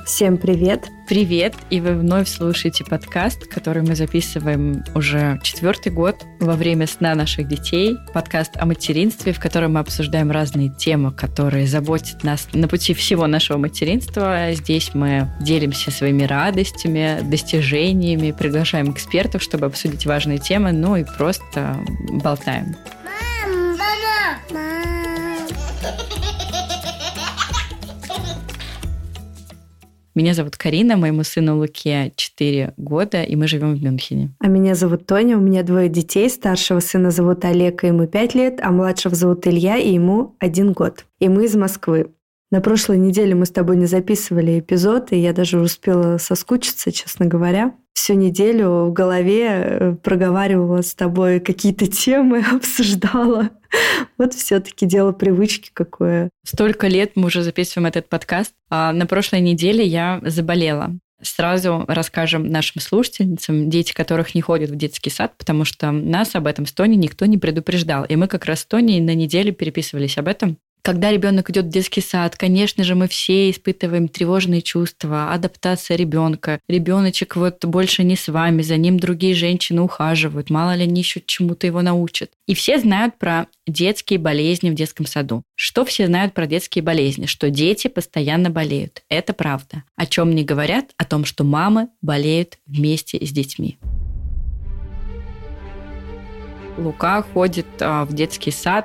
Всем привет! Привет! И вы вновь слушаете подкаст, который мы записываем уже 4-й год во время сна наших детей. Подкаст о материнстве, в котором мы обсуждаем разные темы, которые заботят нас на пути всего нашего материнства. Здесь мы делимся своими радостями, достижениями, приглашаем экспертов, чтобы обсудить важные темы, ну и просто болтаем. Меня зовут Карина, моему сыну Луке 4 года, и мы живем в Мюнхене. А меня зовут Тоня, у меня 2 детей. Старшего сына зовут Олег, и ему 5 лет, а младшего зовут Илья, и ему 1 год. И мы из Москвы. На прошлой неделе мы с тобой не записывали эпизод, и я даже успела соскучиться, честно говоря. Всю неделю в голове проговаривала с тобой какие-то темы, обсуждала. Вот все-таки дело привычки какое. Столько лет мы уже записываем этот подкаст. А на прошлой неделе я заболела. Сразу расскажем нашим слушательницам, дети которых не ходят в детский сад, потому что нас об этом с Тоней никто не предупреждал. И мы как раз с Тоней на неделе переписывались об этом. Когда ребенок идет в детский сад, конечно же, мы все испытываем тревожные чувства, адаптация ребенка. Ребеночек вот больше не с вами, за ним другие женщины ухаживают, мало ли они еще чему-то его научат. И все знают про детские болезни в детском саду. Что все знают про детские болезни? Что дети постоянно болеют. Это правда. О чем не говорят? О том, что мамы болеют вместе с детьми. Лука ходит в детский сад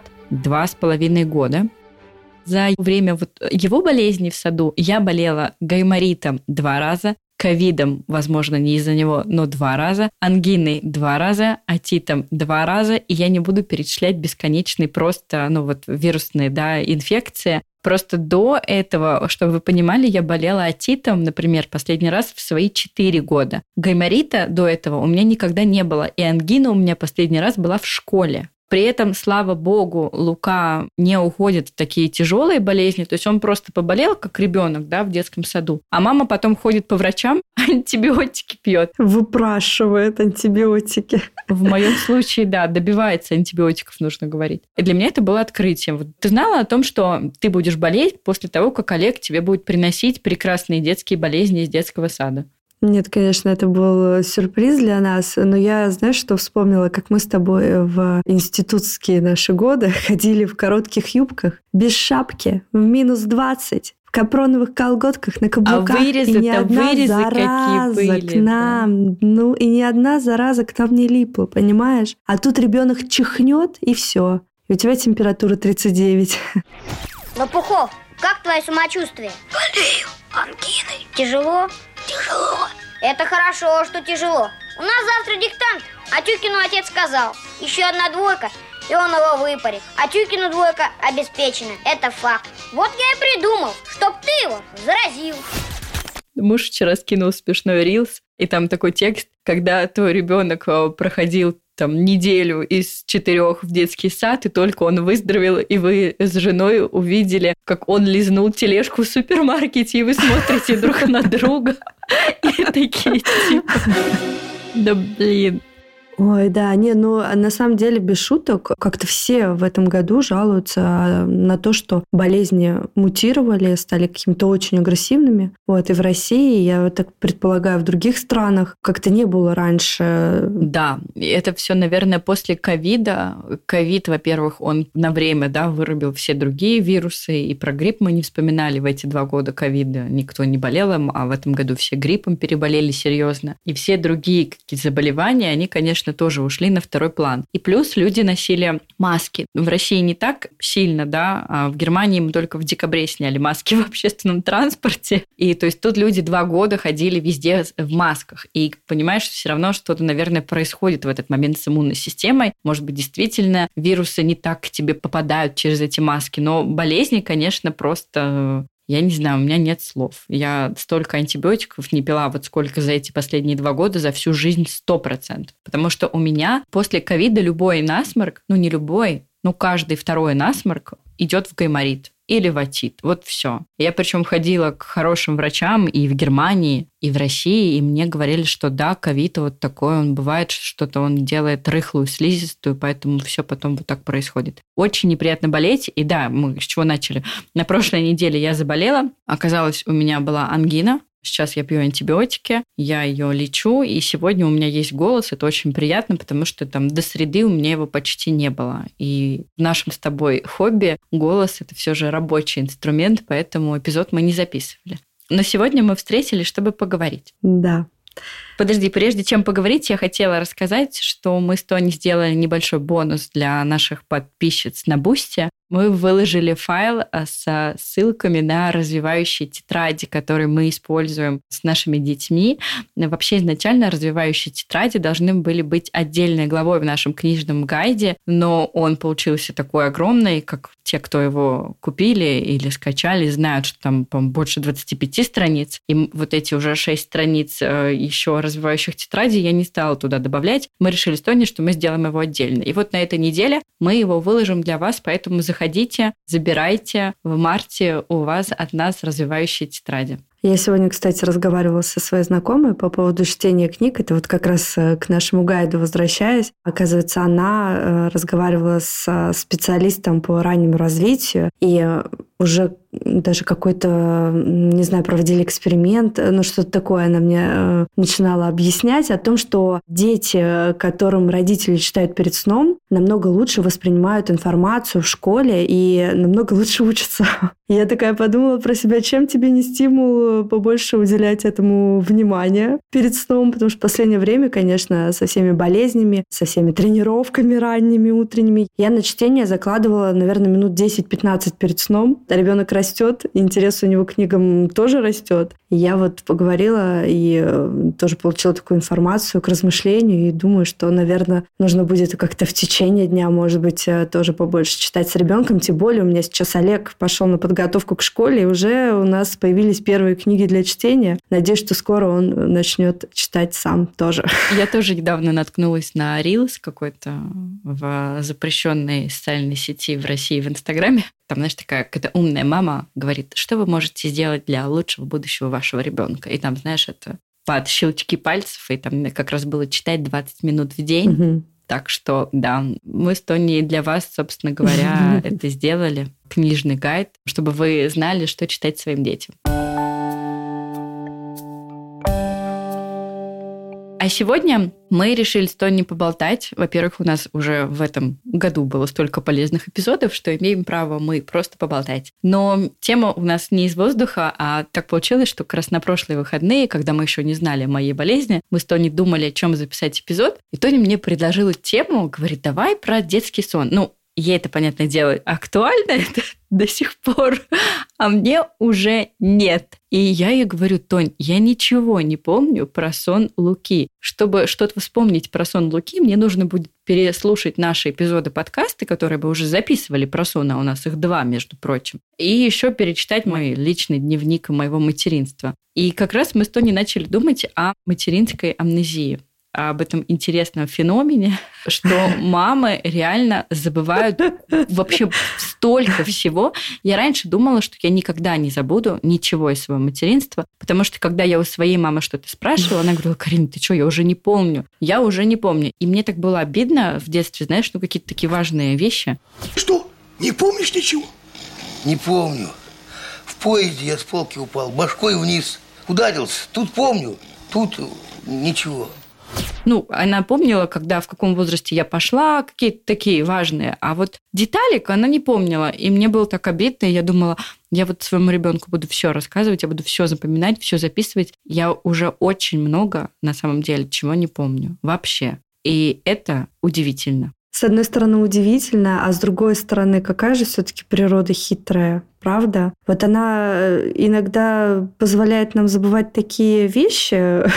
2,5 года. За время его болезни в саду я болела гайморитом 2 раза, ковидом, возможно, не из-за него, но 2 раза, ангиной 2 раза, отитом 2 раза, и я не буду перечислять бесконечные просто вирусные инфекции. Просто до этого, чтобы вы понимали, я болела отитом, например, последний раз в свои 4 года. Гайморита до этого у меня никогда не было, и ангина у меня последний раз была в школе. При этом, слава богу, Лука не уходит в такие тяжелые болезни, то есть он просто поболел, как ребенок, в детском саду, а мама потом ходит по врачам, антибиотики пьет. Выпрашивает антибиотики. В моем случае, добивается антибиотиков, нужно говорить. И для меня это было открытием. Ты знала о том, что ты будешь болеть после того, как Олег тебе будет приносить прекрасные детские болезни из детского сада? Нет, конечно, это был сюрприз для нас, но я, знаешь, что вспомнила, как мы с тобой в институтские наши годы ходили в коротких юбках, без шапки, в -20, в капроновых колготках, на каблуках. А вырезы-то, и ни одна зараза какие были, к нам, и ни одна зараза к нам не липла, понимаешь? А тут ребенок чихнет, и все. И у тебя температура 39. Лопухов, как твое самочувствие? Болею ангиной. Тяжело? Тяжело. Это хорошо, что тяжело. У нас завтра диктант, а Тюкину отец сказал. Еще 1 двойка, и он его выпарит. А Тюкину 2 обеспечена. Это факт. Вот я и придумал, чтоб ты его заразил. Муж вчера скинул смешной рилс, и там такой текст, когда твой ребенок проходил неделю из 4 в детский сад, и только он выздоровел, и вы с женой увидели, как он лизнул тележку в супермаркете, и вы смотрите друг на друга. И такие типа... Да блин. Ой, да, на самом деле, без шуток, как-то все в этом году жалуются на то, что болезни мутировали, стали какими-то очень агрессивными. И в России, я так предполагаю, в других странах как-то не было раньше. Да, это все, наверное, после ковида. Ковид, во-первых, он на время, вырубил все другие вирусы, и про грипп мы не вспоминали в эти 2 года ковида. Никто не болел им, а в этом году все гриппом переболели серьезно. И все другие какие-то заболевания, они, конечно, тоже ушли на 2-й план. И плюс люди носили маски. В России не так сильно, а в Германии мы только в декабре сняли маски в общественном транспорте. И то есть тут люди 2 года ходили везде в масках. И понимаешь, все равно что-то, наверное, происходит в этот момент с иммунной системой. Может быть, действительно, вирусы не так к тебе попадают через эти маски. Но болезни, конечно, просто... Я не знаю, у меня нет слов. Я столько антибиотиков не пила, сколько за эти последние 2 года, за всю жизнь 100%. Потому что у меня после ковида любой насморк, не любой, каждый 2-й насморк идет в гайморит или в отит. Вот все. Я причем ходила к хорошим врачам и в Германии, и в России, и мне говорили, что да, ковид вот такой, он бывает, что-то он делает рыхлую слизистую, поэтому все потом вот так происходит. Очень неприятно болеть. И да, мы с чего начали? На прошлой неделе я заболела. Оказалось, у меня была ангина. Сейчас я пью антибиотики, я ее лечу, и сегодня у меня есть голос. Это очень приятно, потому что там до среды у меня его почти не было. И в нашем с тобой хобби голос – это все же рабочий инструмент, поэтому эпизод мы не записывали. Но сегодня мы встретились, чтобы поговорить. Да. Подожди, прежде чем поговорить, я хотела рассказать, что мы с Тони сделали небольшой бонус для наших подписчиц на Бусти. Мы выложили файл со ссылками на развивающие тетради, которые мы используем с нашими детьми. Вообще изначально развивающие тетради должны были быть отдельной главой в нашем книжном гайде, но он получился такой огромный, как те, кто его купили или скачали, знают, что там, по-моему, больше 25 страниц. И вот эти уже 6 страниц еще развивающих тетрадей я не стала туда добавлять. Мы решили с Тони, что мы сделаем его отдельно. И вот на этой неделе мы его выложим для вас, поэтому заходите, забирайте. В марте у вас от нас развивающие тетради. Я сегодня, кстати, разговаривала со своей знакомой по поводу чтения книг. Это вот как раз к нашему гайду возвращаясь. Оказывается, она разговаривала с специалистом по раннему развитию, и уже даже какой-то, не знаю, проводили эксперимент, ну что-то такое она мне начинала объяснять о том, что дети, которым родители читают перед сном, намного лучше воспринимают информацию в школе и намного лучше учатся. И я такая подумала про себя, чем тебе не стимул побольше уделять этому внимание перед сном, потому что в последнее время, конечно, со всеми болезнями, со всеми тренировками ранними, утренними, я на чтение закладывала, наверное, минут 10-15 перед сном. Ребенок растет, интерес у него к книгам тоже растет. И я вот поговорила и тоже получила такую информацию к размышлению, и думаю, что, наверное, нужно будет как-то в течение дня, может быть, тоже побольше читать с ребенком. Тем более у меня сейчас Олег пошел на подготовку к школе, и уже у нас появились первые книги для чтения. Надеюсь, что скоро он начнет читать сам тоже. Я тоже недавно наткнулась на Reels какой-то в запрещенной социальной сети в России, в Инстаграме. Там, знаешь, такая какая-то умная мама говорит, что вы можете сделать для лучшего будущего вашего ребенка. И там, знаешь, это под щелчки пальцев, и там как раз было читать 20 минут в день. Угу. Так что, да, мы с Тони для вас, собственно говоря, это сделали. Книжный гайд, чтобы вы знали, что читать своим детям. А сегодня мы решили с Тони поболтать. Во-первых, у нас уже в этом году было столько полезных эпизодов, что имеем право мы просто поболтать. Но тема у нас не из воздуха, а так получилось, что как раз на прошлые выходные, когда мы еще не знали о моей болезни, мы с Тони думали, о чем записать эпизод, и Тони мне предложила тему, говорит, давай про детский сон. Ну, ей это, понятное дело, актуально это до сих пор, а мне уже нет. И я ей говорю, Тонь, я ничего не помню про сон Луки. Чтобы что-то вспомнить про сон Луки, мне нужно будет переслушать наши эпизоды подкаста, которые мы уже записывали про сон, а у нас их 2, между прочим. И еще перечитать мой личный дневник моего материнства. И как раз мы с Тони начали думать о материнской амнезии. Об этом интересном феномене, что мамы реально забывают вообще столько всего. Я раньше думала, что я никогда не забуду ничего из своего материнства, потому что когда я у своей мамы что-то спрашивала, она говорила, Карина, ты что, я уже не помню. Я уже не помню. И мне так было обидно в детстве, знаешь, ну какие-то такие важные вещи. Что, не помнишь ничего? Не помню. В поезде я с полки упал, башкой вниз, ударился. Тут помню, тут ничего. Ну, она помнила, когда, в каком возрасте я пошла, какие-то такие важные. А вот деталек она не помнила. И мне было так обидно. И я думала, я вот своему ребенку буду все рассказывать, я буду все запоминать, все записывать. Я уже очень много, на самом деле, чего не помню вообще. И это удивительно. С одной стороны, удивительно, а с другой стороны, какая же все-таки природа хитрая, правда? Вот она иногда позволяет нам забывать такие вещи,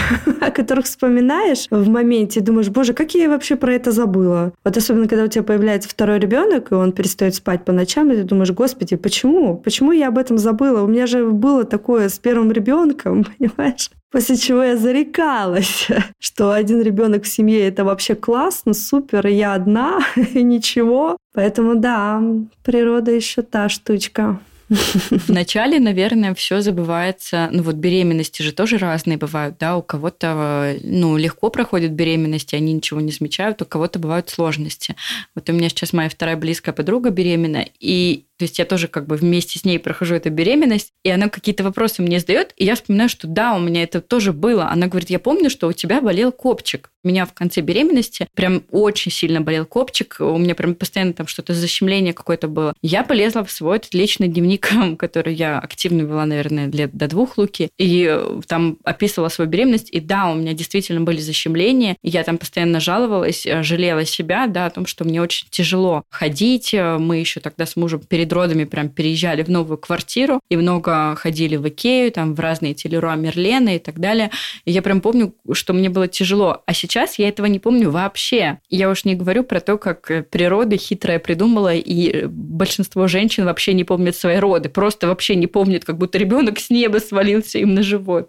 о которых вспоминаешь в моменте и думаешь, боже, как я вообще про это забыла? Вот особенно, когда у тебя появляется второй ребенок, и он перестает спать по ночам, и ты думаешь, господи, почему? Почему я об этом забыла? У меня же было такое с первым ребенком, понимаешь? После чего я зарекалась, что один ребенок в семье это вообще классно, супер, и я одна, и ничего. Поэтому да, природа еще та штучка. Вначале, наверное, все забывается. Ну вот беременности же тоже разные бывают, да, у кого-то, легко проходит беременность, и они ничего не замечают, у кого-то бывают сложности. Вот у меня сейчас моя вторая близкая подруга беременна, и То есть я тоже как бы вместе с ней прохожу эту беременность, и она какие-то вопросы мне задает, и я вспоминаю, что да, у меня это тоже было. Она говорит, я помню, что у тебя болел копчик. У меня в конце беременности прям очень сильно болел копчик, у меня прям постоянно там что-то защемление какое-то было. Я полезла в свой этот личный дневник, который я активно вела, наверное, лет до 2 Луки, и там описывала свою беременность, и да, у меня действительно были защемления, и я там постоянно жаловалась, жалела себя, да, о том, что мне очень тяжело ходить. Мы еще тогда с мужем перед родами прям переезжали в новую квартиру и много ходили в Икею, там в разные эти Леруа Мерлены и так далее. И я прям помню, что мне было тяжело. А сейчас я этого не помню вообще. Я уж не говорю про то, как природа хитрая придумала, и большинство женщин вообще не помнят свои роды. Просто вообще не помнят, как будто ребенок с неба свалился им на живот.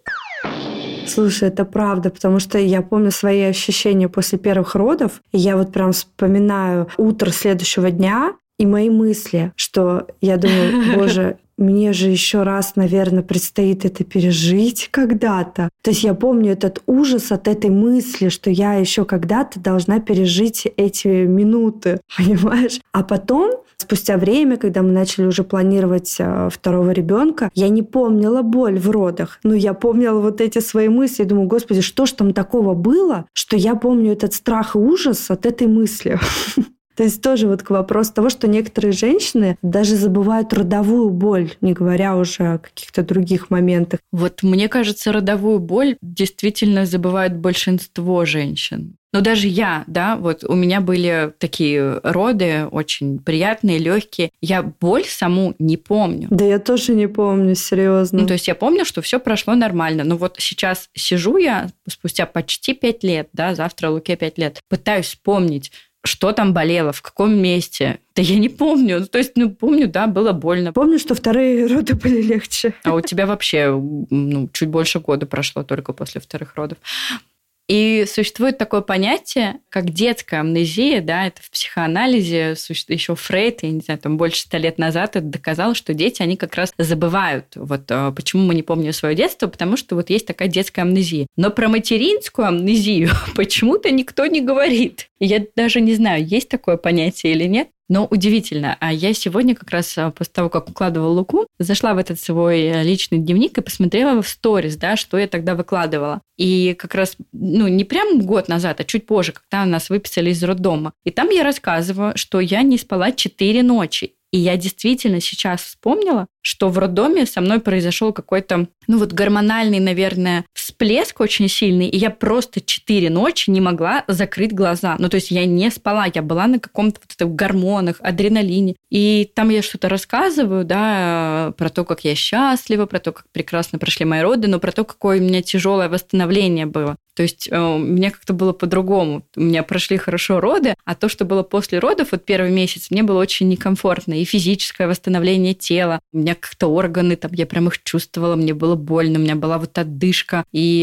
Слушай, это правда, потому что я помню свои ощущения после первых родов, и я вот прям вспоминаю утро следующего дня и мои мысли, что я думаю, боже, мне же еще раз, наверное, предстоит это пережить когда-то. То есть я помню этот ужас от этой мысли, что я еще когда-то должна пережить эти минуты, понимаешь? А потом, спустя время, когда мы начали уже планировать второго ребенка, я не помнила боль в родах, но я помнила вот эти свои мысли. Я думаю, господи, что ж там такого было, что я помню этот страх и ужас от этой мысли. То есть тоже вот к вопросу того, что некоторые женщины даже забывают родовую боль, не говоря уже о каких-то других моментах. Вот мне кажется, родовую боль действительно забывают большинство женщин. Но даже я, да, вот у меня были такие роды очень приятные, легкие. Я боль саму не помню. Да я тоже не помню, серьезно. Ну, то есть я помню, что все прошло нормально. Но вот сейчас сижу я спустя почти 5 лет, да, завтра Луке 5 лет, пытаюсь вспомнить, что там болело, в каком месте. Да я не помню. То есть, помню, да, было больно. Помню, что вторые роды были легче. А у тебя вообще чуть больше года прошло только после вторых родов. И существует такое понятие, как детская амнезия, да, это в психоанализе, еще Фрейд, я не знаю, там больше 100 лет назад это доказал, что дети, они как раз забывают. Вот почему мы не помним свое детство, потому что вот есть такая детская амнезия. Но про материнскую амнезию почему-то никто не говорит. И я даже не знаю, есть такое понятие или нет. Но удивительно. А я сегодня как раз после того, как укладывала Луку, зашла в этот свой личный дневник и посмотрела в сторис, да, что я тогда выкладывала. И как раз, не прям год назад, а чуть позже, когда нас выписали из роддома. И там я рассказываю, что я не спала 4 ночи. И я действительно сейчас вспомнила, что в роддоме со мной произошел какой-то, гормональный, наверное, всплеск очень сильный, и я просто 4 ночи не могла закрыть глаза. То есть я не спала, я была на каком-то гормонах, адреналине. И там я что-то рассказываю, да, про то, как я счастлива, про то, как прекрасно прошли мои роды, но про то, какое у меня тяжелое восстановление было. То есть у меня как-то было по-другому. У меня прошли хорошо роды, а то, что было после родов, вот первый месяц, мне было очень некомфортно. И физическое восстановление тела. У меня как-то органы, там, я прям их чувствовала, мне было больно, у меня была вот одышка.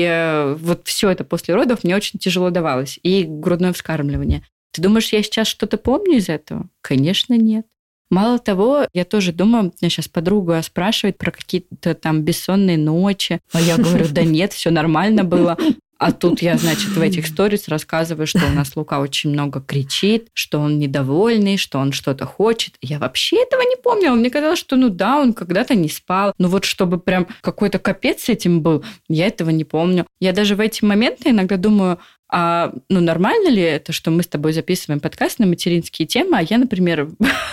И вот все это после родов мне очень тяжело давалось. И грудное вскармливание. Ты думаешь, я сейчас что-то помню из этого? Конечно, нет. Мало того, я тоже думаю, меня сейчас подруга спрашивает про какие-то там бессонные ночи. А я говорю, да нет, все нормально было. А тут я, значит, в этих сторис рассказываю, что у нас Лука очень много кричит, что он недовольный, что он что-то хочет. Я вообще этого не помнила. Мне казалось, что, он когда-то не спал. Но вот чтобы прям какой-то капец с этим был, я этого не помню. Я даже в эти моменты иногда думаю, нормально ли это, что мы с тобой записываем подкаст на материнские темы, а я, например,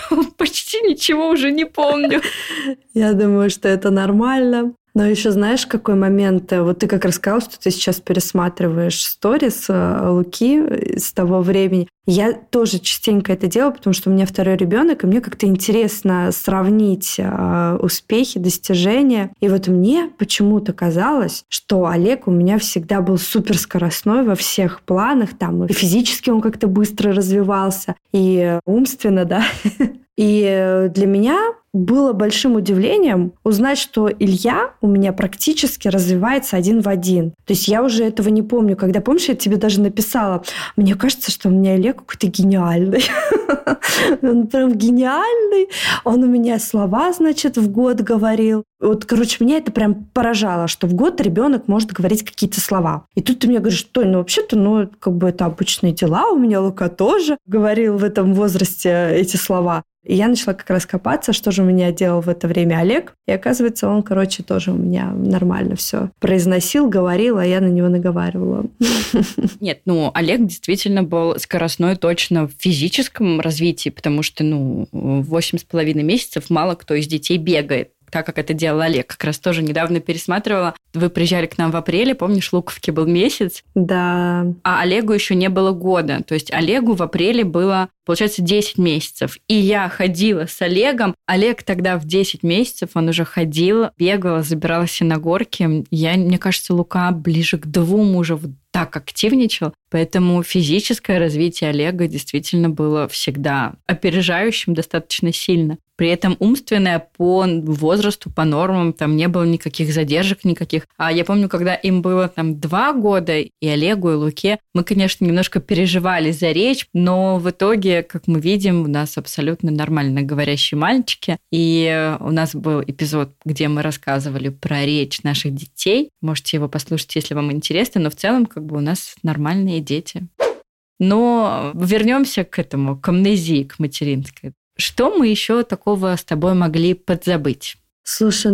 почти ничего уже не помню. Я думаю, что это нормально. Но еще знаешь, какой момент? Вот ты как рассказал, что ты сейчас пересматриваешь сторис Луки с того времени. Я тоже частенько это делаю, потому что у меня второй ребенок, и мне как-то интересно сравнить успехи, достижения. И вот мне почему-то казалось, что Олег у меня всегда был суперскоростной во всех планах. Там и физически он как-то быстро развивался, и умственно, да. И для меня было большим удивлением узнать, что Илья у меня практически развивается 1 в 1. То есть я уже этого не помню. Когда, помнишь, я тебе даже написала, мне кажется, что у меня Илья какой-то гениальный. Он прям гениальный. Он у меня слова, значит, в год говорил. Вот, короче, меня это прям поражало, что в год ребенок может говорить какие-то слова. И тут ты мне говоришь, Толь, вообще-то, как бы это обычные дела, у меня Лука тоже говорил в этом возрасте эти слова. И я начала как раз копаться, что же у меня делал в это время Олег. И оказывается, он, тоже у меня нормально все произносил, говорил, а я на него наговаривала. Нет, Олег действительно был скоростной точно в физическом развитии, потому что, 8,5 месяцев мало кто из детей бегает, так как это делал Олег. Как раз тоже недавно пересматривала. Вы приезжали к нам в апреле, помнишь, Луковке был месяц? Да. А Олегу еще не было года. То есть Олегу в апреле было, получается, 10 месяцев. И я ходила с Олегом. Олег тогда в 10 месяцев, он уже ходил, бегал, забирался на горки. Мне кажется, Лука ближе к 2 уже так активничал. Поэтому физическое развитие Олега действительно было всегда опережающим достаточно сильно. При этом умственное по возрасту, по нормам, там не было никаких задержек никаких. А я помню, когда им было 2 года, и Олегу, и Луке, мы, конечно, немножко переживали за речь, но в итоге, как мы видим, у нас абсолютно нормально говорящие мальчики. И у нас был эпизод, где мы рассказывали про речь наших детей. Можете его послушать, если вам интересно, но в целом у нас нормальные дети. Но вернемся к амнезии, к материнской. Что мы еще такого с тобой могли подзабыть? Слушай,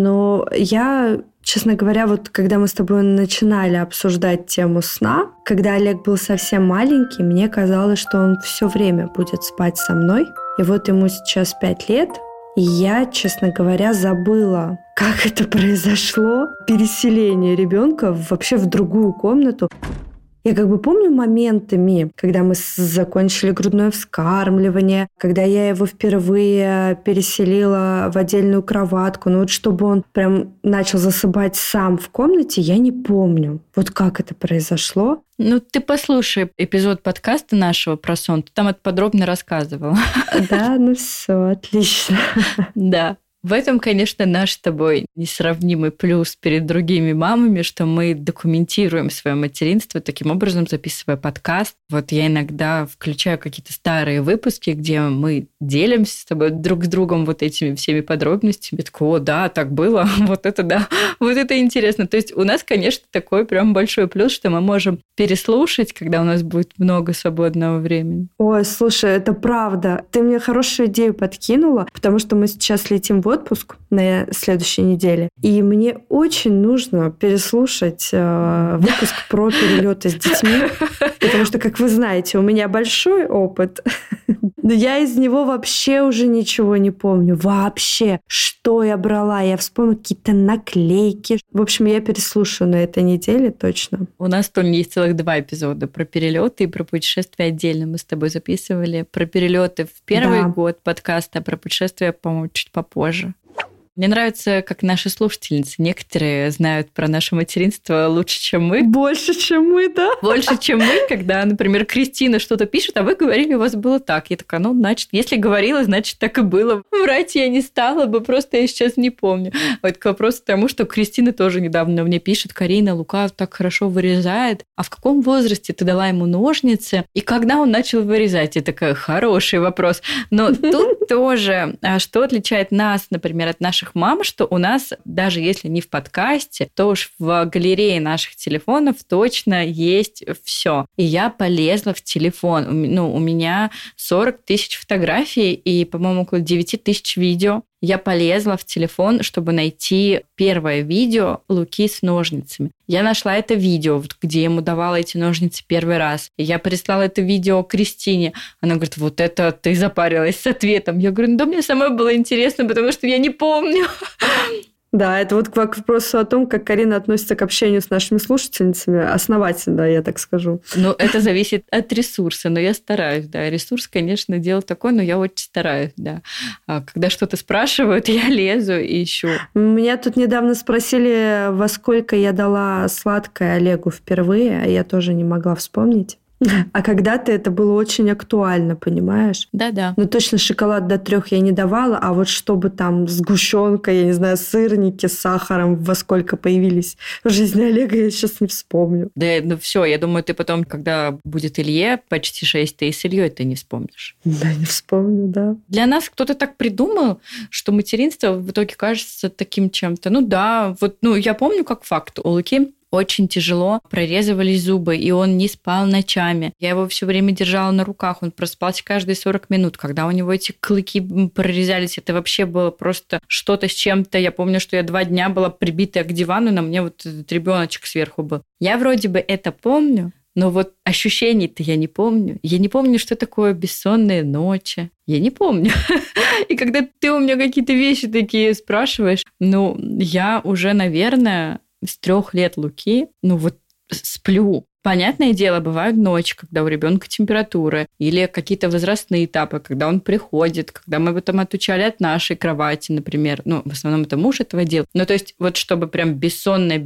я, честно говоря, когда мы с тобой начинали обсуждать тему сна, когда Олег был совсем маленький, мне казалось, что он все время будет спать со мной. И вот ему сейчас 5 лет, и я, честно говоря, забыла, как это произошло, переселение ребенка вообще в другую комнату. Я помню моментами, когда мы закончили грудное вскармливание, когда я его впервые переселила в отдельную кроватку. Чтобы он прям начал засыпать сам в комнате, я не помню. Как это произошло. Ты послушай эпизод подкаста нашего про сон, ты там это подробно рассказывала. Да, все, отлично. Да. В этом, конечно, наш с тобой несравнимый плюс перед другими мамами, что мы документируем свое материнство, таким образом записывая подкаст. Я иногда включаю какие-то старые выпуски, где мы делимся с тобой друг с другом этими всеми подробностями. Такой, да, так было, да, это интересно. То есть у нас, конечно, такой прям большой плюс, что мы можем переслушать, когда у нас будет много свободного времени. Ой, слушай, это правда. Ты мне хорошую идею подкинула, потому что мы сейчас летим в отпуск на следующей неделе, и мне очень нужно переслушать выпуск про перелеты с детьми, потому что, как вы знаете, у меня большой опыт, но я из него вообще уже ничего не помню. Вообще, что я брала? Я вспомнила какие-то наклейки. В общем, я переслушаю на этой неделе точно. У нас, Толь, есть целых 2 эпизода про перелеты и про путешествия отдельно. Мы с тобой записывали про перелеты в первый год подкаста, а про путешествия, по-моему, чуть попозже. Мне нравится, как наши слушательницы. Некоторые знают про наше материнство лучше, чем мы. Больше, чем мы, да? Больше, чем мы, когда, например, Кристина что-то пишет, а вы говорили, у вас было так. Я такая, значит, если говорила, значит, так и было. Врать я не стала бы, просто я сейчас не помню. К вопросу тому, что Кристина тоже недавно мне пишет, Карина, Лука так хорошо вырезает. А в каком возрасте ты дала ему ножницы? И когда он начал вырезать? Я такая, хороший вопрос. Но тут тоже, что отличает нас, например, от наших мам, что у нас, даже если не в подкасте, то уж в галерее наших телефонов точно есть все. И я полезла в телефон. У меня 40 тысяч фотографий и, по-моему, около 9 тысяч видео. Я полезла в телефон, чтобы найти первое видео Луки с ножницами. Я нашла это видео, где ему давала эти ножницы первый раз. И я прислала это видео Кристине. Она говорит, это ты запарилась с ответом. Я говорю, да мне самой было интересно, потому что я не помню. Да, это к вопросу о том, как Карина относится к общению с нашими слушательницами. Основательно, я так скажу. Это зависит от ресурса, но я стараюсь, да. Ресурс, конечно, дело такое, но я очень стараюсь, да. Когда что-то спрашивают, я лезу и ищу. Меня тут недавно спросили, во сколько я дала сладкое Олегу впервые, а я тоже не могла вспомнить. А когда-то это было очень актуально, понимаешь? Да-да. Ну, точно шоколад до 3 я не давала, а вот чтобы там сгущенка, я не знаю, сырники с сахаром во сколько появились в жизни Олега, я сейчас не вспомню. Да, ну все, я думаю, ты потом, когда будет Илье почти 6, ты и с Ильей ты не вспомнишь. Да, не вспомню, да. Для нас кто-то так придумал, что материнство в итоге кажется таким чем-то. Ну да, вот, ну я помню как факт, у Луки очень тяжело прорезывались зубы, и он не спал ночами. Я его все время держала на руках, он просыпался каждые 40 минут. Когда у него эти клыки прорезались, это вообще было просто что-то с чем-то. Я помню, что я 2 дня была прибитая к дивану, на мне вот этот ребеночек сверху был. Я вроде бы это помню, но вот ощущений-то я не помню. Я не помню, что такое бессонные ночи. Я не помню. И когда ты у меня какие-то вещи такие спрашиваешь, ну, я уже, наверное, с 3 лет Луки, ну вот сплю. Понятное дело, бывают ночи, когда у ребенка температура, или какие-то возрастные этапы, когда он приходит, когда мы его там отучали от нашей кровати, например. Ну, в основном это муж этого делал. Ну, то есть, вот чтобы прям бессонная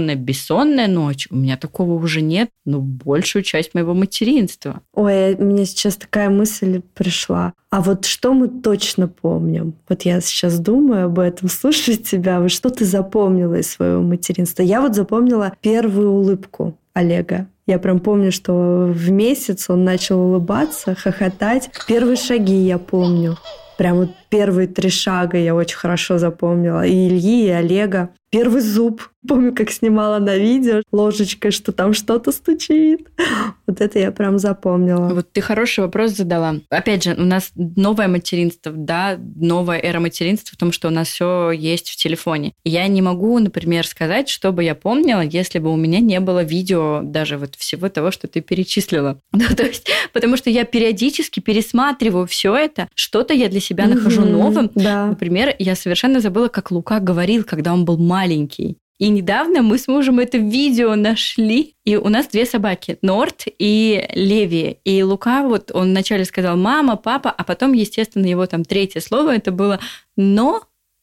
ночь, у меня такого уже нет, ну, большую часть моего материнства. Ой, мне сейчас такая мысль пришла. А вот что мы точно помним? Вот я сейчас думаю об этом, слушаю тебя. Вот что ты запомнила из своего материнства? Я вот запомнила первую улыбку Олега. Я прям помню, что в месяц он начал улыбаться, хохотать. Первые шаги я помню. Прям вот первые 3 шага я очень хорошо запомнила. И Ильи, и Олега. Первый зуб. Помню, как снимала на видео ложечкой, что там что-то стучит. Вот это я прям запомнила. Вот ты хороший вопрос задала. Опять же, у нас новое материнство, да, новая эра материнства в том, что у нас все есть в телефоне. Я не могу, например, сказать, что бы я помнила, если бы у меня не было видео даже вот всего того, что ты перечислила. Ну, то есть, потому что я периодически пересматриваю все это, что-то я для себя нахожу новым. Да. Например, я совершенно забыла, как Лука говорил, когда он был маленький. И недавно мы с мужем это видео нашли. И у нас 2 собаки, Норт и Леви. И Лука, вот он вначале сказал «мама», «папа», а потом, естественно, его там 3-е слово, это было «но»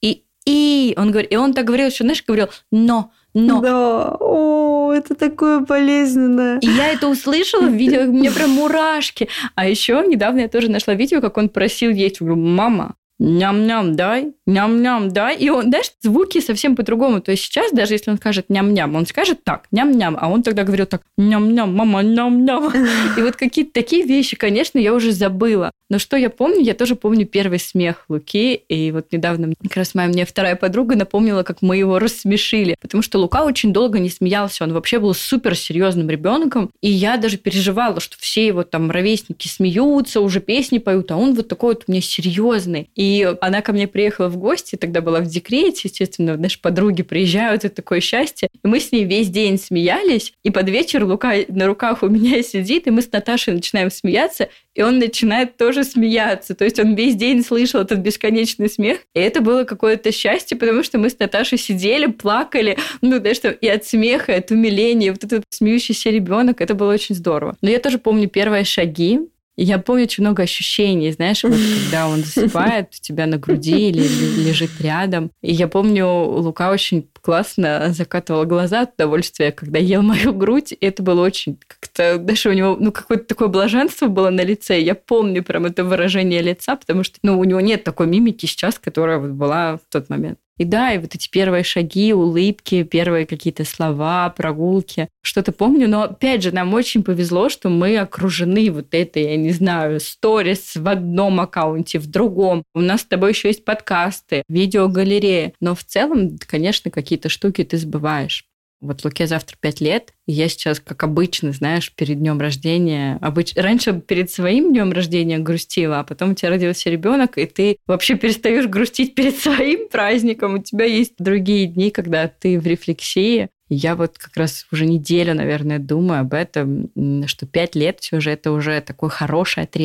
и. Он говорит, и он так говорил, что, знаешь, говорил «но». Да, о, это такое болезненное. И я это услышала в видео, у меня прям мурашки. А еще недавно я тоже нашла видео, как он просил есть. Я говорю, мама, ням-ням дай, ням-ням дай. И он, знаешь, звуки совсем по-другому. То есть сейчас, даже если он скажет ням-ням, он скажет так, ням-ням, а он тогда говорил так, ням-ням, мама, ням-ням. И вот какие-то такие вещи, конечно, я уже забыла. Но что я помню? Я тоже помню первый смех Луки. И вот недавно как раз мне 2-я подруга напомнила, как мы его рассмешили. Потому что Лука очень долго не смеялся. Он вообще был суперсерьезным ребенком. И я даже переживала, что все его там ровесники смеются, уже песни поют, а он вот такой вот у меня серьезный. И она ко мне приехала в гости, тогда была в декрете, естественно, наши подруги приезжают, это такое счастье. И мы с ней весь день смеялись, и под вечер Лука на руках у меня сидит, и мы с Наташей начинаем смеяться, и он начинает тоже смеяться. То есть он весь день слышал этот бесконечный смех. И это было какое-то счастье, потому что мы с Наташей сидели, плакали, ну, да, что и от смеха, и от умиления. Вот этот смеющийся ребенок, это было очень здорово. Но я тоже помню первые шаги. И я помню очень много ощущений, знаешь, вот когда он засыпает у тебя на груди или лежит рядом. И я помню, Лука очень классно закатывал глаза от удовольствия, когда ел мою грудь. И это было очень как-то... Даже у него какое-то такое блаженство было на лице. Я помню прям это выражение лица, потому что у него нет такой мимики сейчас, которая вот была в тот момент. И да, и вот эти первые шаги, улыбки, первые какие-то слова, прогулки, что-то помню. Но, опять же, нам очень повезло, что мы окружены вот этой, я не знаю, сторис в одном аккаунте, в другом. У нас с тобой еще есть подкасты, видеогалерея. Но в целом, конечно, какие-то штуки ты забываешь. Вот Луке завтра 5 лет, и я сейчас, как обычно, знаешь, перед днем рождения... Раньше перед своим днем рождения грустила, а потом у тебя родился ребенок, и ты вообще перестаешь грустить перед своим праздником. У тебя есть другие дни, когда ты в рефлексии. И я вот как раз уже неделю, наверное, думаю об этом, что 5 лет все же это уже такой хороший отрезок.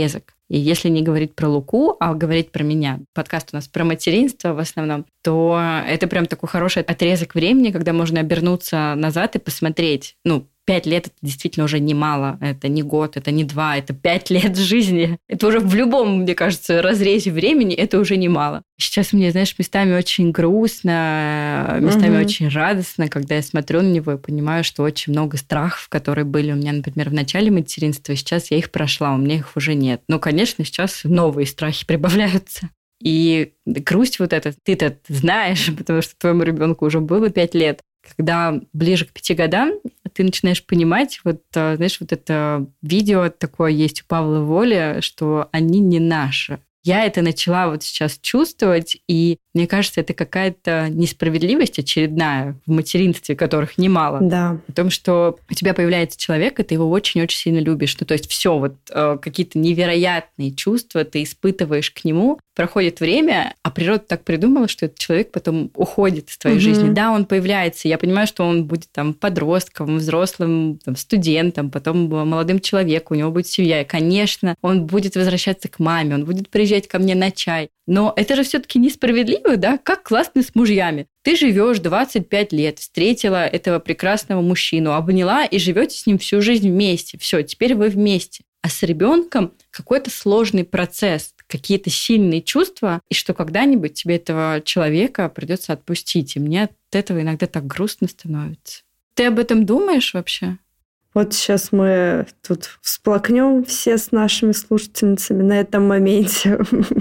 И если не говорить про Луку, а говорить про меня, подкаст у нас про материнство в основном, то это прям такой хороший отрезок времени, когда можно обернуться назад и посмотреть. 5 лет – это действительно уже немало. Это не год, это не 2, это 5 лет жизни. Это уже в любом, мне кажется, разрезе времени это уже немало. Сейчас мне, знаешь, местами очень грустно, местами очень радостно, когда я смотрю на него и понимаю, что очень много страхов, которые были у меня, например, в начале материнства, и сейчас я их прошла, у меня их уже нет. Конечно, сейчас новые страхи прибавляются. И грусть вот эта, ты-то знаешь, потому что твоему ребенку уже было 5 лет. Когда ближе к 5 годам ты начинаешь понимать, знаешь, это видео такое есть у Павла Воли, что они не наши. Я это начала сейчас чувствовать, и мне кажется, это какая-то несправедливость очередная в материнстве, которых немало. Да. О том, что у тебя появляется человек, и ты его очень-очень сильно любишь. То есть все какие-то невероятные чувства ты испытываешь к нему. Проходит время, а природа так придумала, что этот человек потом уходит из твоей жизни. Да, он появляется. Я понимаю, что он будет подростком, взрослым, студентом, потом молодым человеком, у него будет семья. И, конечно, он будет возвращаться к маме, он будет приезжать ко мне на чай. Но это же все-таки несправедливо, да? Как классно с мужьями. Ты живешь 25 лет, встретила этого прекрасного мужчину, обняла и живете с ним всю жизнь вместе. Все, теперь вы вместе. А с ребенком какой-то сложный процесс, какие-то сильные чувства, и что когда-нибудь тебе этого человека придется отпустить. И мне от этого иногда так грустно становится. Ты об этом думаешь вообще? Вот сейчас мы тут всплакнем все с нашими слушательницами на этом моменте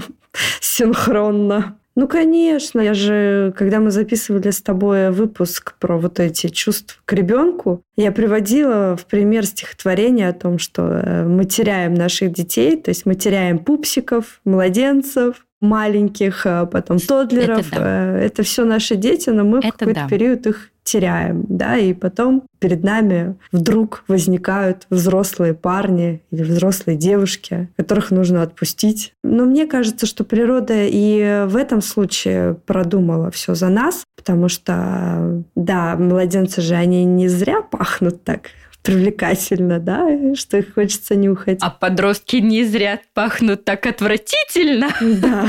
синхронно. Конечно, когда мы записывали с тобой выпуск про эти чувства к ребенку, я приводила в пример стихотворение о том, что мы теряем наших детей, то есть мы теряем пупсиков, младенцев, маленьких, потом тоддлеров. Это все наши дети, но мы в какой-то период их теряем, да, и потом перед нами вдруг возникают взрослые парни или взрослые девушки, которых нужно отпустить. Но мне кажется, что природа и в этом случае продумала все за нас, потому что, да, младенцы же, они не зря пахнут так привлекательно, да, что их хочется нюхать. А подростки не зря пахнут так отвратительно. Да.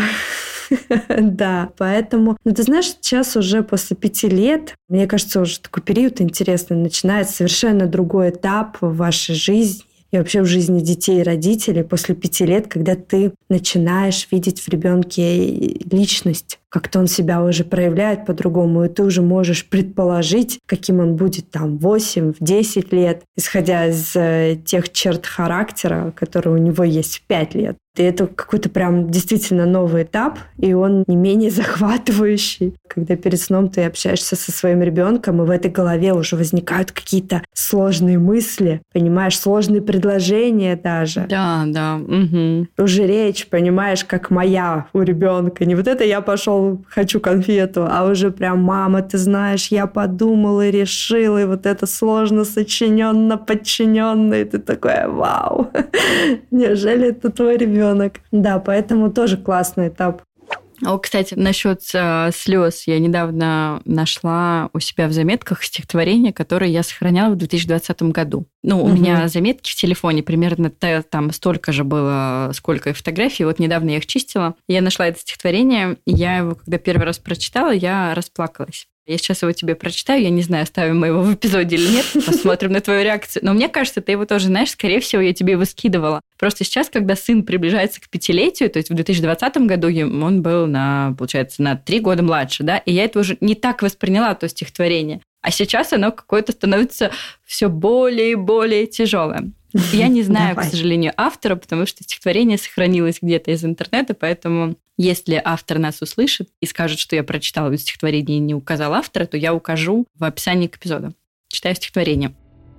Да, поэтому, ты знаешь, сейчас уже после 5 лет, мне кажется, уже такой период интересный начинается, совершенно другой этап в вашей жизни и вообще в жизни детей и родителей после 5 лет, когда ты начинаешь видеть в ребенке личность, как-то он себя уже проявляет по-другому, и ты уже можешь предположить, каким он будет 8-10 лет, исходя из тех черт характера, которые у него есть в 5 лет. И это какой-то прям действительно новый этап, и он не менее захватывающий, когда перед сном ты общаешься со своим ребенком, и в этой голове уже возникают какие-то сложные мысли, понимаешь, сложные предложения даже. Да. Угу. Уже речь, понимаешь, как моя у ребенка. Не это я пошел, хочу конфету, а уже прям: мама, ты знаешь, я подумала и решила, и это сложно сочиненно, подчиненно, и ты такой: вау, неужели это твой ребенок? Да, поэтому тоже классный этап. Кстати, насчет слез. Я недавно нашла у себя в заметках стихотворение, которое я сохраняла в 2020 году. У меня заметки в телефоне примерно там столько же было, сколько и фотографий. Недавно я их чистила. Я нашла это стихотворение, и я его, когда первый раз прочитала, я расплакалась. Я сейчас его тебе прочитаю, я не знаю, оставим мы его в эпизоде или нет, посмотрим на твою реакцию. Но мне кажется, ты его тоже знаешь, скорее всего, я тебе его скидывала. Просто сейчас, когда сын приближается к 5-летию, то есть в 2020 году он был, получается, на 3 года младше, да, и я это уже не так восприняла, то стихотворение. А сейчас оно какое-то становится все более и более тяжелое. Я не знаю, к сожалению, автора, потому что стихотворение сохранилось где-то из интернета, поэтому если автор нас услышит и скажет, что я прочитала это стихотворение и не указал автора, то я укажу в описании к эпизоду. Читаю стихотворение.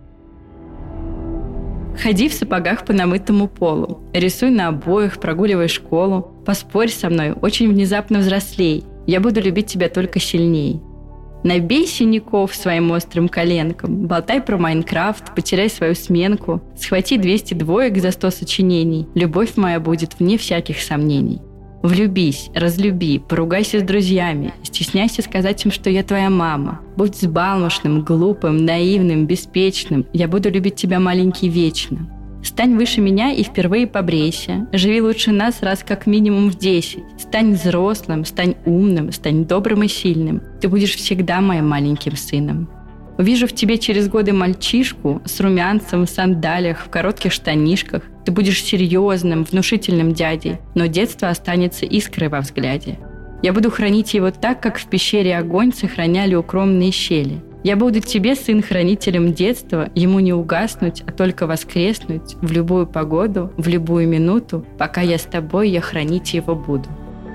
Ходи в сапогах по намытому полу, рисуй на обоях, прогуливай школу, поспорь со мной, очень внезапно взрослей, я буду любить тебя только сильней. Набей синяков своим острым коленкам, болтай про Майнкрафт, потеряй свою сменку, схвати 200 двоек за 100 сочинений, любовь моя будет вне всяких сомнений. Влюбись, разлюби, поругайся с друзьями, стесняйся сказать им, что я твоя мама. Будь взбалмошным, глупым, наивным, беспечным, я буду любить тебя, маленький, вечно. Стань выше меня и впервые побрейся. Живи лучше нас раз как минимум в 10. Стань взрослым, стань умным, стань добрым и сильным. Ты будешь всегда моим маленьким сыном. Увижу в тебе через годы мальчишку с румянцем в сандалиях, в коротких штанишках. Ты будешь серьезным, внушительным дядей, но детство останется искрой во взгляде. Я буду хранить его так, как в пещере огонь сохраняли укромные щели. Я буду тебе, сын, хранителем детства, ему не угаснуть, а только воскреснуть в любую погоду, в любую минуту, пока я с тобой, я хранить его буду.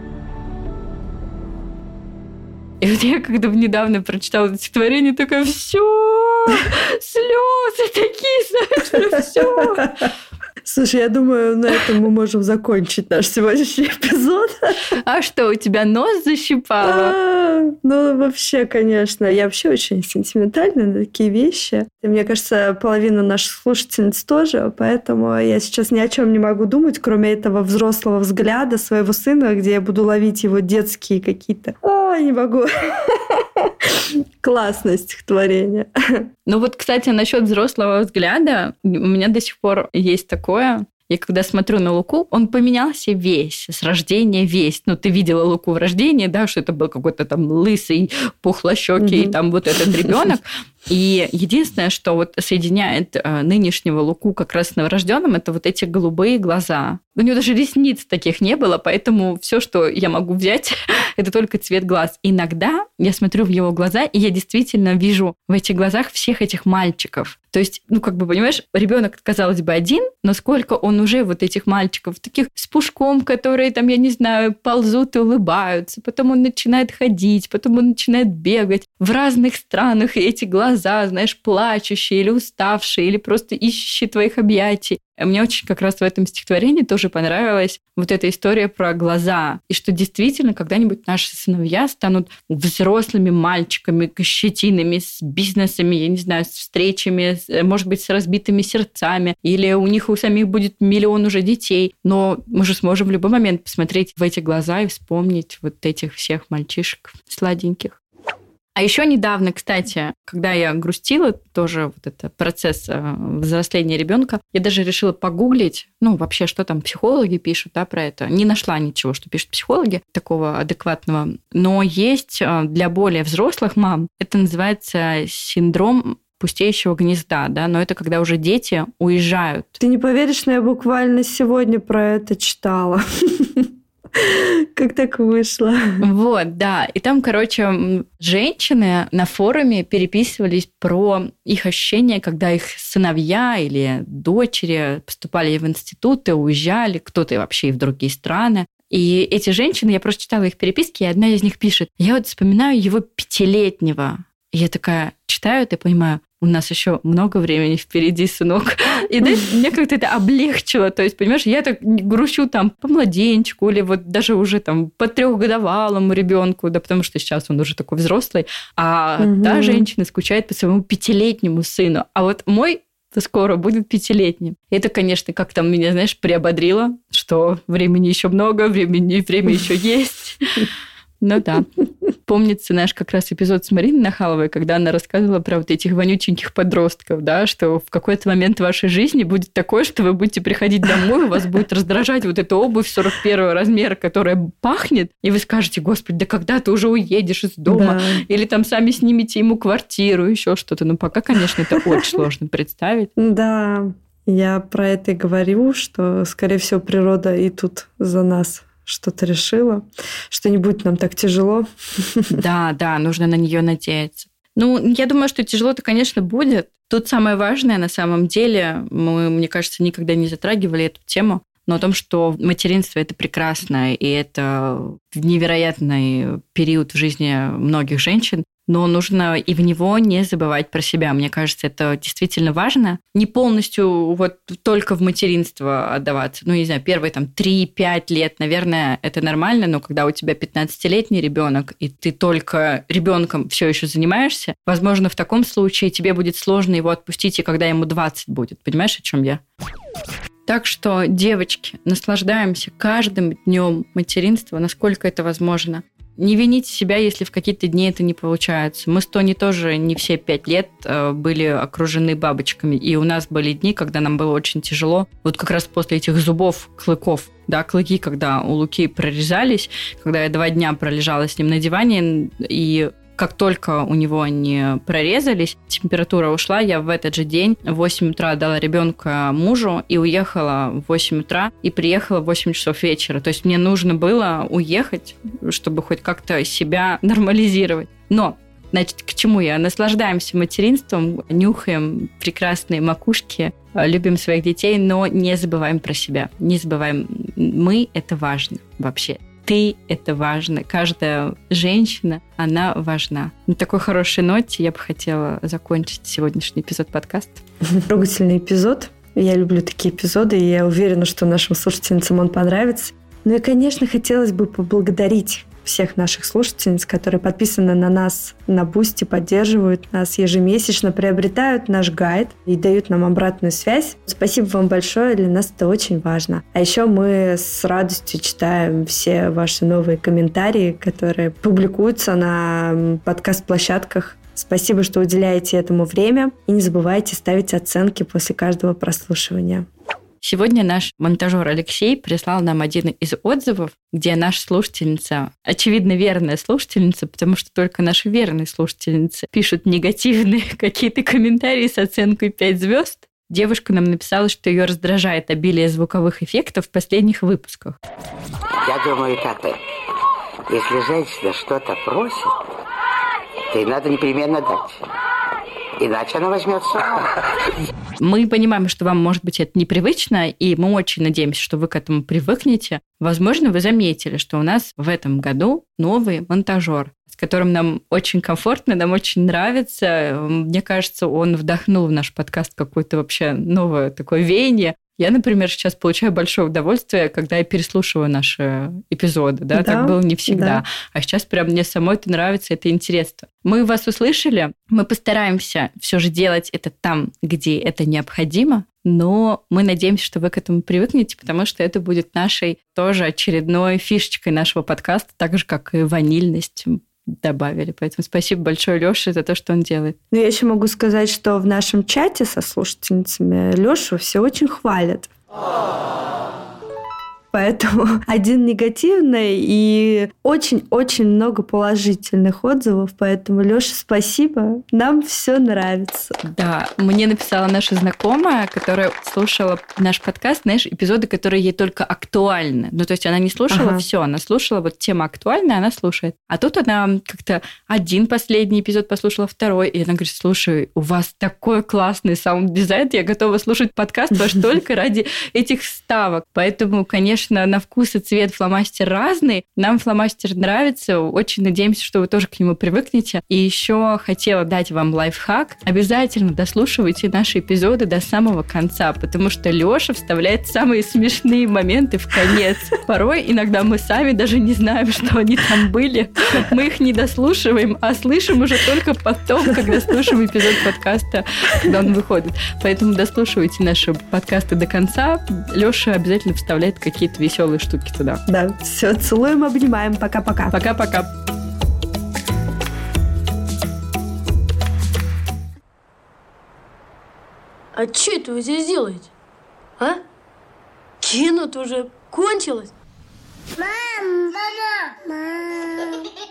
И вот я, когда недавно прочитала это стихотворение, такая, все, слезы такие, знаешь, все. Слушай, я думаю, на этом мы можем закончить наш сегодняшний эпизод. А что, у тебя нос защипало? Ну, вообще, конечно. Я вообще очень сентиментальна на такие вещи. И мне кажется, половина наших слушательниц тоже, поэтому я сейчас ни о чем не могу думать, кроме этого взрослого взгляда своего сына, где я буду ловить его детские какие-то... не могу. Классное стихотворение. Ну вот, кстати, насчет взрослого взгляда, у меня до сих пор есть такое. Я когда смотрю на Луку, он поменялся весь, с рождения весь. Ну, ты видела Луку в рождении, да, что это был какой-то там лысый, пухлощёкий, там вот этот ребенок. И единственное, что вот соединяет нынешнего Луку как раз с новорожденным, это вот эти голубые глаза. У него даже ресниц таких не было, поэтому все, что я могу взять, это только цвет глаз. Иногда я смотрю в его глаза, и я действительно вижу в этих глазах всех этих мальчиков. То есть, ну, как бы, понимаешь, ребенок, казалось бы, один, но сколько он уже вот этих мальчиков, таких с пушком, которые там, я не знаю, ползут и улыбаются, потом он начинает ходить, потом он начинает бегать в разных странах, и эти глаза, знаешь, плачущие или уставшие, или просто ищущие твоих объятий. Мне очень как раз в этом стихотворении тоже понравилась вот эта история про глаза. И что действительно когда-нибудь наши сыновья станут взрослыми мальчиками, щетинами, с бизнесами, я не знаю, с встречами, может быть, с разбитыми сердцами. Или у них у самих будет миллион уже детей. Но мы же сможем в любой момент посмотреть в эти глаза и вспомнить вот этих всех мальчишек сладеньких. А еще недавно, кстати, когда я грустила, тоже вот этот процесс взросления ребенка, я даже решила погуглить, ну, вообще, что там психологи пишут, да, про это. Не нашла ничего, что пишут психологи, такого адекватного. Но есть для более взрослых мам, это называется синдром пустеющего гнезда, да, но это когда уже дети уезжают. Ты не поверишь, но я буквально сегодня про это читала. Как так вышло? Вот, да. И там, короче, женщины на форуме переписывались про их ощущения, когда их сыновья или дочери поступали в институты, уезжали, кто-то вообще и в другие страны. И эти женщины, я просто читала их переписки, и одна из них пишет: я вот вспоминаю его 5-летнего. И я такая читаю это и понимаю, у нас еще много времени впереди, сынок. И да, мне как-то это облегчило. То есть, понимаешь, я так грущу там по младенчику или вот даже уже там по 3-годовалому ребенку, да, потому что сейчас он уже такой взрослый, а та женщина скучает по своему 5-летнему сыну. А вот мой скоро будет 5-летним. И это, конечно, как там меня, знаешь, приободрило, что времени еще много, время еще есть. Ну да. Помнится наш как раз эпизод с Мариной Нахаловой, когда она рассказывала про вот этих вонюченьких подростков, да, что в какой-то момент в вашей жизни будет такое, что вы будете приходить домой, у вас будет раздражать вот эта обувь 41 размера, которая пахнет, и вы скажете: господи, да когда ты уже уедешь из дома? Да. Или там сами снимете ему квартиру, еще что-то. Но пока, конечно, это очень сложно представить. Да, я про это и говорю, что, скорее всего, природа и тут за нас что-то решила, что не будет нам так тяжело. Да, нужно на нее надеяться. Ну, я думаю, что тяжело-то, конечно, будет. Тут самое важное, на самом деле, мы, мне кажется, никогда не затрагивали эту тему, но о том, что материнство – это прекрасно, и это невероятный период в жизни многих женщин, но нужно и в него не забывать про себя. Мне кажется, это действительно важно. Не полностью вот только в материнство отдаваться. Ну, не знаю, первые там 3-5 лет, наверное, это нормально, но когда у тебя 15-летний ребенок, и ты только ребенком все еще занимаешься, возможно, в таком случае тебе будет сложно его отпустить, и когда ему 20 будет. Понимаешь, о чем я? Так что, девочки, наслаждаемся каждым днем материнства, насколько это возможно. Не вините себя, если в какие-то дни это не получается. Мы с Тони тоже не все 5 лет были окружены бабочками. И у нас были дни, когда нам было очень тяжело. Вот как раз после этих зубов, клыков, да, клыки, когда у Луки прорезались, когда я 2 дня пролежала с ним на диване, и как только у него они прорезались, температура ушла, я в этот же день в 8 утра дала ребенка мужу и уехала в 8 утра и приехала в 8 часов вечера. То есть мне нужно было уехать, чтобы хоть как-то себя нормализировать. Но, значит, к чему я? Наслаждаемся материнством, нюхаем прекрасные макушки, любим своих детей, но не забываем про себя. Не забываем, мы – это важно вообще. Ты – это важно. Каждая женщина, она важна. На такой хорошей ноте я бы хотела закончить сегодняшний эпизод подкаста. Трогательный эпизод. Я люблю такие эпизоды, и я уверена, что нашим слушательницам он понравится. Ну и, конечно, хотелось бы поблагодарить всех наших слушательниц, которые подписаны на нас на Бусти, поддерживают нас ежемесячно, приобретают наш гайд и дают нам обратную связь. Спасибо вам большое, для нас это очень важно. А еще мы с радостью читаем все ваши новые комментарии, которые публикуются на подкаст-площадках. Спасибо, что уделяете этому время. И не забывайте ставить оценки после каждого прослушивания. Сегодня наш монтажер Алексей прислал нам один из отзывов, где наша слушательница, очевидно, верная слушательница, потому что только наши верные слушательницы пишут негативные какие-то комментарии с оценкой 5 звезд. Девушка нам написала, что ее раздражает обилие звуковых эффектов в последних выпусках. Я думаю, так вот. Если женщина что-то просит, то ей надо непременно дать. Иначе она возьмет сама. Мы понимаем, что вам, может быть, это непривычно, и мы очень надеемся, что вы к этому привыкнете. Возможно, вы заметили, что у нас в этом году новый монтажер, с которым нам очень комфортно, нам очень нравится. Мне кажется, он вдохнул в наш подкаст какое-то вообще новое такое веяние. Я, например, сейчас получаю большое удовольствие, когда я переслушиваю наши эпизоды. Да? Так было не всегда. Да. А сейчас прям мне самой это нравится, это интересно. Мы вас услышали. Мы постараемся все же делать это там, где это необходимо. Но мы надеемся, что вы к этому привыкнете, потому что это будет нашей тоже очередной фишечкой нашего подкаста, так же, как и ванильность добавили. Поэтому спасибо большое Лёше за то, что он делает. Ну, я еще могу сказать, что в нашем чате со слушательницами Лёшу все очень хвалят. Поэтому один негативный и очень-очень много положительных отзывов. Поэтому, Лёша, спасибо. Нам все нравится. Да, мне написала наша знакомая, которая слушала наш подкаст, знаешь, эпизоды, которые ей только актуальны. Ну, то есть она не слушала все, она слушала вот тема актуальная, она слушает. А тут она как-то один последний эпизод послушала, второй, и она говорит: слушай, у вас такой классный саунд-дизайн, я готова слушать подкаст ваш только ради этих вставок. Поэтому, конечно, на вкус и цвет фломастер разный. Нам фломастер нравится. Очень надеемся, что вы тоже к нему привыкнете. И еще хотела дать вам лайфхак. Обязательно дослушивайте наши эпизоды до самого конца, потому что Лёша вставляет самые смешные моменты в конец. Порой иногда мы сами даже не знаем, что они там были. Мы их не дослушиваем, а слышим уже только потом, когда слушаем эпизод подкаста, когда он выходит. Поэтому дослушивайте наши подкасты до конца. Лёша обязательно вставляет какие-то веселые штуки туда. Да, все, целуем, обнимаем. Пока-пока. Пока-пока. А что это вы здесь делаете? А? Кино-то уже кончилось? Мам! Мама! Мам!